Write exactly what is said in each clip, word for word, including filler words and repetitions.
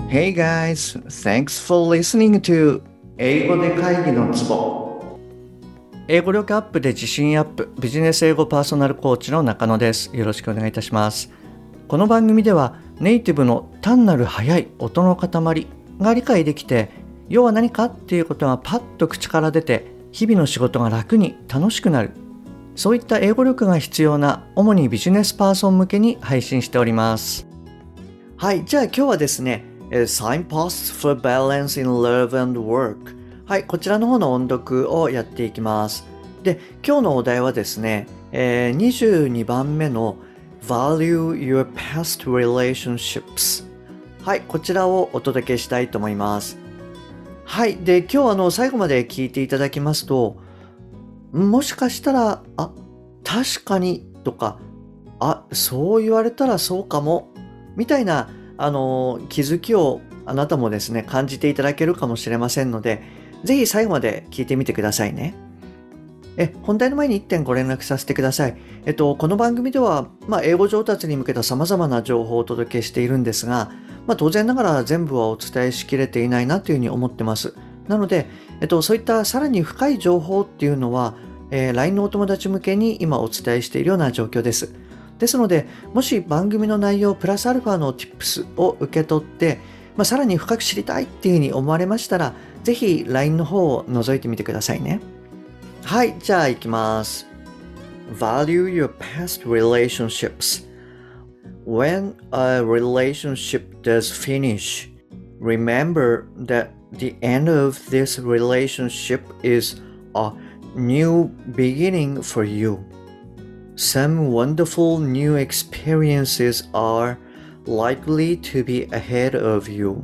Hey guys, thanks for listening to 英語で会議のツボ。英語力アップで自信アップ、ビジネス英語パーソナルコーチの中野です。よろしくお願いいたします。この番組ではネイティブの単なる速い音の塊が理解できて、要は何かっていうことがパッと口から出て、日々の仕事が楽に楽しくなる。そういった英語力が必要な主にビジネスパーソン向けに配信しております。はい、じゃあ今日はですね、Signposts for Balance in Love and Work。はい、こちらの方の音読をやっていきます。で、今日のお題はですね、えー、にじゅうにばんめの Value Your Past Relationships。はい、こちらをお届けしたいと思います。はい、で、今日あの最後まで聞いていただきますと、もしかしたら、あ、確かにとか、あ、そう言われたらそうかも、みたいなあの気づきをあなたもですね感じていただけるかもしれませんので、ぜひ最後まで聞いてみてくださいね。え本題の前にいってんご連絡させてください。えっとこの番組では、まあ、英語上達に向けた様々な情報をお届けしているんですが、まあ、当然ながら全部はお伝えしきれていないなというふうに思ってます。なので、えっと、そういったさらに深い情報っていうのは、えー、ライン のお友達向けに今お伝えしているような状況です。ですので、もし番組の内容プラスアルファの Tips を受け取って、まあ、さらに深く知りたいっていうふうに思われましたら、ぜひ ライン の方を覗いてみてくださいね。はい、じゃあ行きます。Value your past relationships. When a relationship does finish, remember that the end of this relationship is a new beginning for you.Some wonderful new experiences are likely to be ahead of you.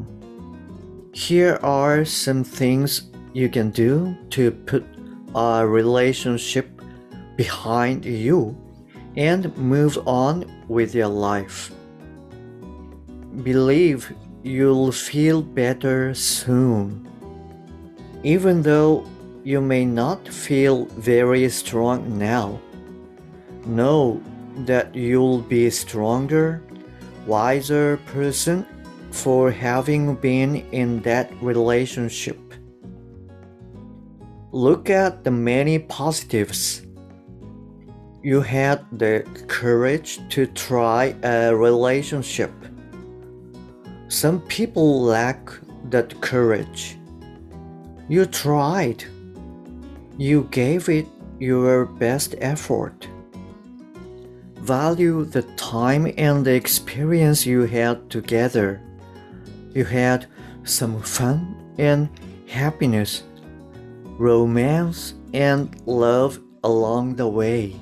Here are some things you can do to put a relationship behind you and move on with your life. Believe you'll feel better soon. Even though you may not feel very strong now,Know that you'll be a stronger, wiser person for having been in that relationship. Look at the many positives. You had the courage to try a relationship. Some people lack that courage. You tried. You gave it your best effort.Value the time and the experience you had together. You had some fun and happiness, romance and love along the way.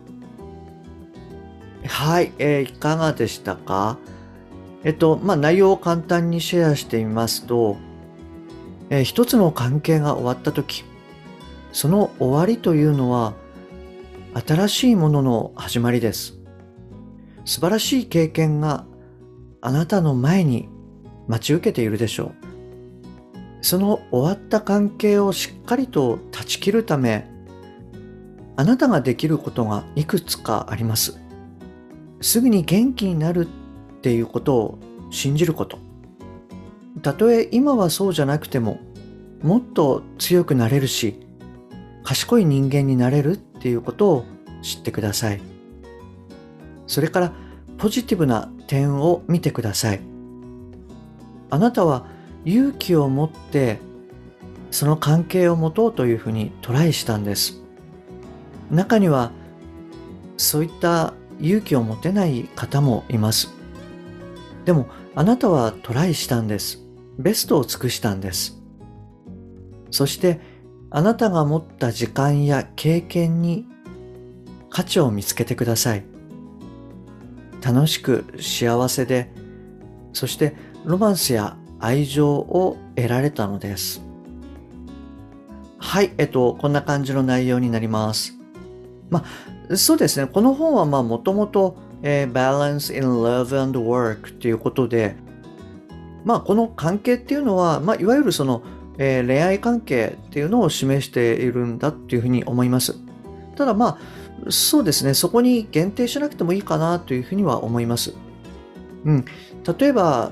はい、えー、いかがでしたか？えっと、まあ、内容を簡単にシェアしてみますと、えー、一つの関係が終わったとき、その終わりというのは、新しいものの始まりです。素晴らしい経験があなたの前に待ち受けているでしょう。その終わった関係をしっかりと断ち切るため、あなたができることがいくつかあります。すぐに元気になるっていうことを信じること。たとえ今はそうじゃなくても、もっと強くなれるし、賢い人間になれるっていうことを知ってください。それからポジティブな点を見てください。あなたは勇気を持ってその関係を持とうというふうにトライしたんです。中にはそういった勇気を持てない方もいます。でもあなたはトライしたんです。ベストを尽くしたんです。そしてあなたが持った時間や経験に価値を見つけてください。楽しく幸せで、そしてロマンスや愛情を得られたのです。はい、えっと、こんな感じの内容になります。まあ、そうですね。この本はまあ、もともと、えー、Balance in Love and Work ということで、まあ、この関係っていうのは、まあ、いわゆるその、えー、恋愛関係っていうのを示しているんだっていうふうに思います。ただまあ、そうですね。そこに限定しなくてもいいかなというふうには思います。うん。例えば、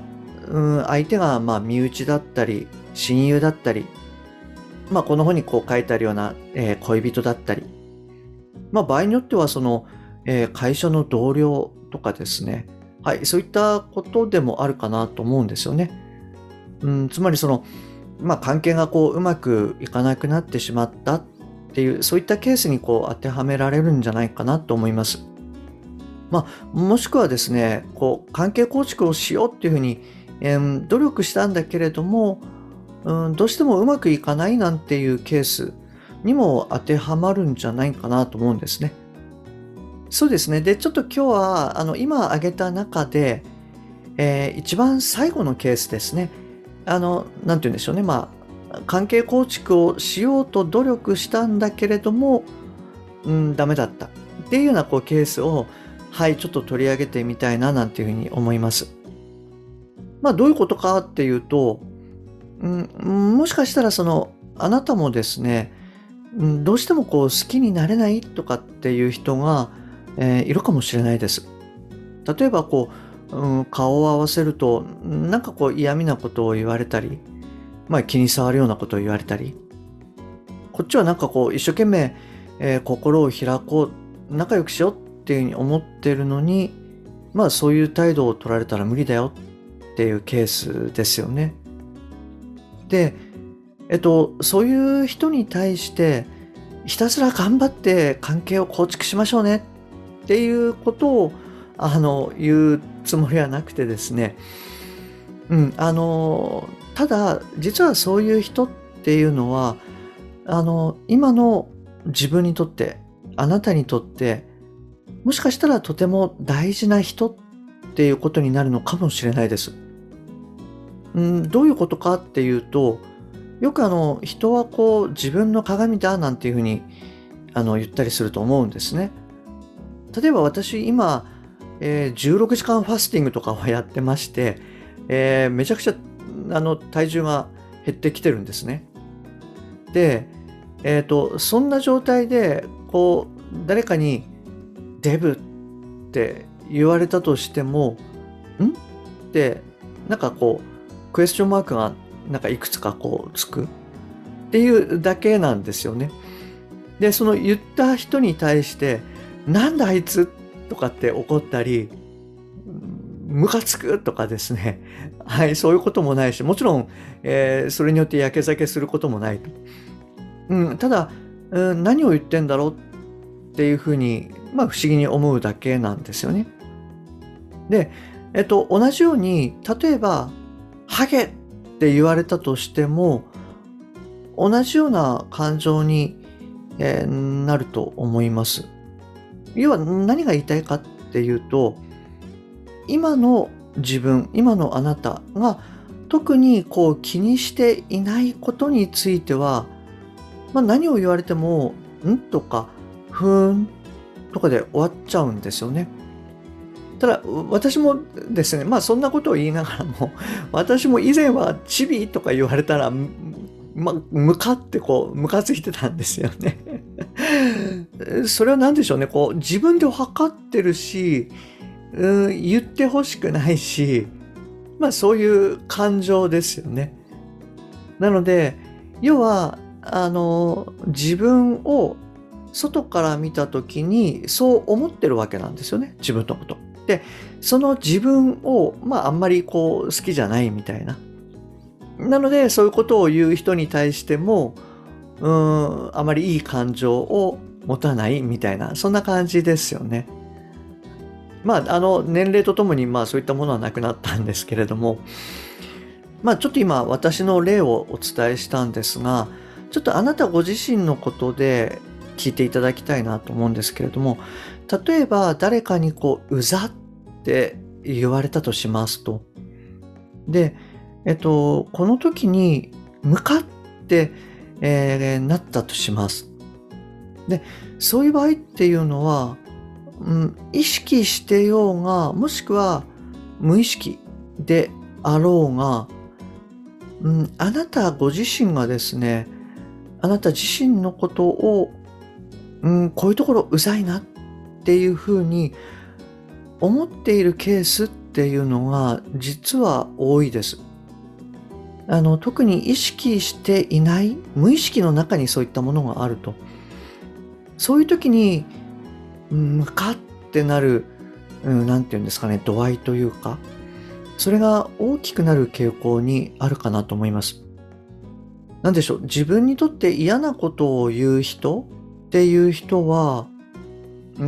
うん、相手がまあ身内だったり、親友だったり、まあこの本にこう書いてあるような、えー恋人だったり、まあ場合によってはその、えー会社の同僚とかですね。はい、そういったことでもあるかなと思うんですよね。うん、つまりその、まあ関係がこううまくいかなくなってしまったっていう、そういったケースにこう当てはめられるんじゃないかなと思います。まあ、もしくはですね、こう関係構築をしようっていうふうに、えー努力したんだけれども、うん、どうしてもうまくいかないなんていうケースにも当てはまるんじゃないかなと思うんですね。そうですね。で、ちょっと今日は、あの、今挙げた中で、えー一番最後のケースですね。あの、なんて言うんでしょうね。まあ、関係構築をしようと努力したんだけれども、うん、ダメだったっていうようなこうケースを、はい、ちょっと取り上げてみたいななんていうふうに思います。まあ、どういうことかっていうと、うん、もしかしたらその、あなたもですね、うん、どうしてもこう好きになれないとかっていう人が、えーいるかもしれないです。例えばこう、うん、顔を合わせると、なんかこう嫌味なことを言われたり、まあ気に障るようなことを言われたり、こっちはなんかこう一生懸命、えー心を開こう、仲良くしようっていうふうに思ってるのに、まあそういう態度を取られたら無理だよっていうケースですよね。で、えっと、そういう人に対して、ひたすら頑張って関係を構築しましょうねっていうことを、あの、言うつもりはなくてですね、うん、あの、ただ、実はそういう人っていうのは、あの、今の自分にとって、あなたにとって、もしかしたらとても大事な人っていうことになるのかもしれないです。うん、どういうことかっていうと、よくあの、人はこう自分の鏡だなんていうふうにあの言ったりすると思うんですね。例えば私今、えーじゅうろくじかんファスティングとかをやってまして、えーめちゃくちゃあの体重が減ってきてるんですね。で、えっと、そんな状態で、こう、誰かにデブって言われたとしても、んって、なんかこう、クエスチョンマークがなんかいくつかこうつくっていうだけなんですよね。で、その言った人に対して、なんだあいつとかって怒ったり、ムカつくとかですね。はい、そういうこともないし、もちろん、えーそれによってやけ酒することもないと。うん、ただ、うん、何を言ってんだろうっていうふうに、まあ不思議に思うだけなんですよね。で、えっと、同じように、例えば、ハゲって言われたとしても、同じような感情に、えーなると思います。要は何が言いたいかっていうと、今の自分、今のあなたが特にこう気にしていないことについては、まあ、何を言われても、んとか、ふーんとかで終わっちゃうんですよね。ただ、私もですね、まあそんなことを言いながらも、私も以前はチビとか言われたら、むま、向かってこう、ムカついてたんですよね。それは何でしょうね、こう、自分で分かってるし、うん、言ってほしくないし、まあそういう感情ですよね。なので、要は、あの、自分を外から見た時にそう思ってるわけなんですよね、自分のこと。で、その自分を、まああんまりこう好きじゃないみたいな。なので、そういうことを言う人に対しても、うーん、あまりいい感情を持たないみたいな、そんな感じですよね。まあ、あの、年齢とともに、まあそういったものはなくなったんですけれども、まあちょっと今私の例をお伝えしたんですが、ちょっとあなたご自身のことで聞いていただきたいなと思うんですけれども、例えば誰かにこう、うざって言われたとしますと。で、えっと、この時に向かって、えーなったとします。で、そういう場合っていうのは、うん、意識してようが、もしくは無意識であろうが、うん、あなたご自身がですね、あなた自身のことを、うん、こういうところうざいなっていうふうに思っているケースっっていうのが実は多いです。あの特に意識していない無意識の中にそういったものがあると、そういう時にムカってなる、うん、なんていうんですかね、度合いというか、それが大きくなる傾向にあるかなと思います。なんでしょう、自分にとって嫌なことを言う人っていう人は、うん、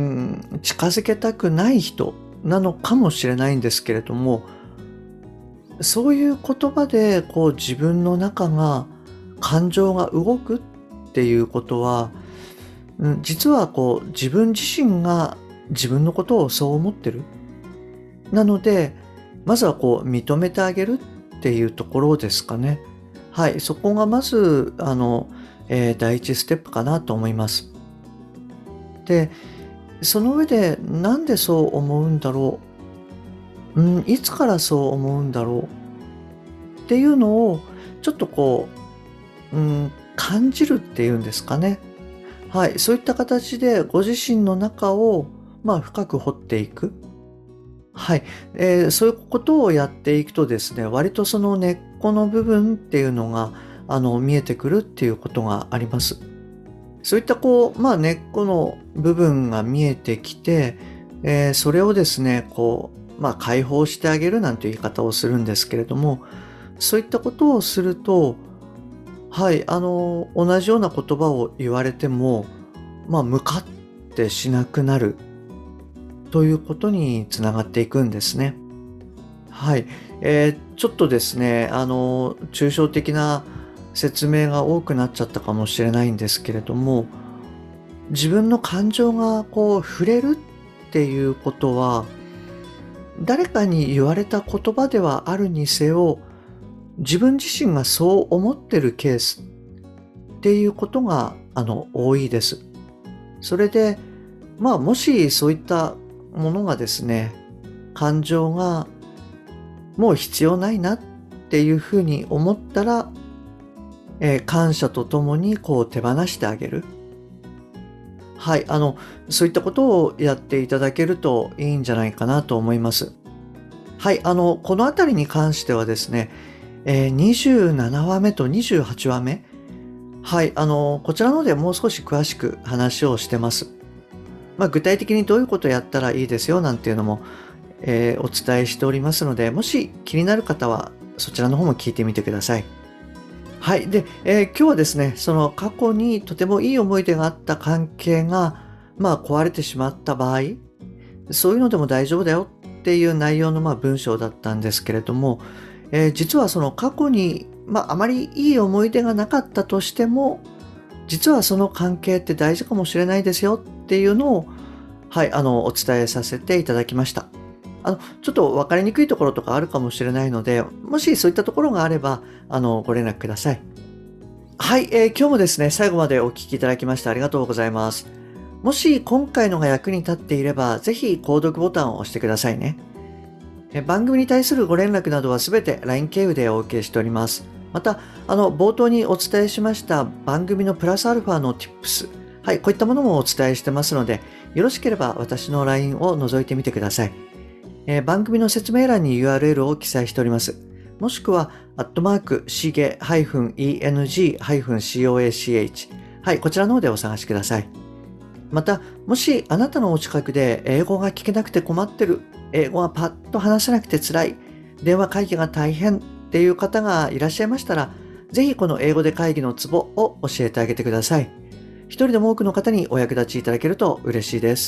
近づけたくない人なのかもしれないんですけれども、そういう言葉でこう自分の中が感情が動くっていうことは、うん、実はこう自分自身が自分のことをそう思ってる。なので、まずはこう認めてあげるっていうところですかね。はい、そこがまずあの、えー第一ステップかなと思います。で、その上でなんでそう思うんだろう、うん、いつからそう思うんだろうっていうのをちょっとこう、うん、感じるっていうんですかね。はい、そういった形でご自身の中を、まあ、深く掘っていく。はい、えーそういうことをやっていくとですね、割とその根っこの部分っていうのが、あの、見えてくるっていうことがあります。そういったこう、まあ、根っこの部分が見えてきて、えーそれをですね、こう、まあ、解放してあげるなんていう言い方をするんですけれども、そういったことをすると、はい、あの、同じような言葉を言われても、まあ、向かってしなくなるということにつながっていくんですね。はい。えーちょっとですね、あの、抽象的な説明が多くなっちゃったかもしれないんですけれども、自分の感情がこう触れるっていうことは、誰かに言われた言葉ではあるにせよ、自分自身がそう思ってるケースっていうことが、あの、多いです。それで、まあ、もしそういったものがですね、感情がもう必要ないなっていうふうに思ったら、えー感謝とともにこう手放してあげる。はい、あの、そういったことをやっていただけるといいんじゃないかなと思います。はい、あの、このあたりに関してはですね、えーにじゅうななわめとにじゅうはちわめ、はい、あの、こちらのでもう少し詳しく話をしてます。まあ、具体的にどういうことをやったらいいですよなんていうのも、えーお伝えしておりますので、もし気になる方はそちらの方も聞いてみてください。はい。で、えー今日はですね、その過去にとてもいい思い出があった関係が、まあ壊れてしまった場合、そういうのでも大丈夫だよっていう内容のまあ文章だったんですけれども、えー実はその過去に、まああまりいい思い出がなかったとしても、実はその関係って大事かもしれないですよっていうのを、はい、あの、お伝えさせていただきました。あの、ちょっと分かりにくいところとかあるかもしれないので、もしそういったところがあれば、あの、ご連絡ください。はい、えー今日もですね、最後までお聞きいただきましてありがとうございます。もし今回のが役に立っていれば、ぜひ購読ボタンを押してくださいね。えー番組に対するご連絡などはすべて ライン 経由でお受けしております。また、あの、冒頭にお伝えしました番組のプラスアルファの Tips、はい、こういったものもお伝えしてますので、よろしければ私の ライン を覗いてみてください。えー番組の説明欄に ユーアールエル を記載しております。もしくは、アットマーク、しげ -エヌジー -コーアッチ。はい、こちらの方でお探しください。また、もしあなたのお近くで英語が聞けなくて困ってる、英語がパッと話せなくて辛い、電話会議が大変っていう方がいらっしゃいましたら、ぜひこの英語で会議のツボを教えてあげてください。一人でも多くの方にお役立ちいただけると嬉しいです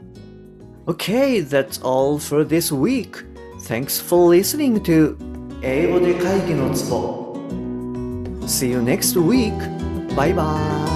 。Okay, that's all for this week. Thanks for listening to 英語で会議のツボ. See you next week. Bye bye.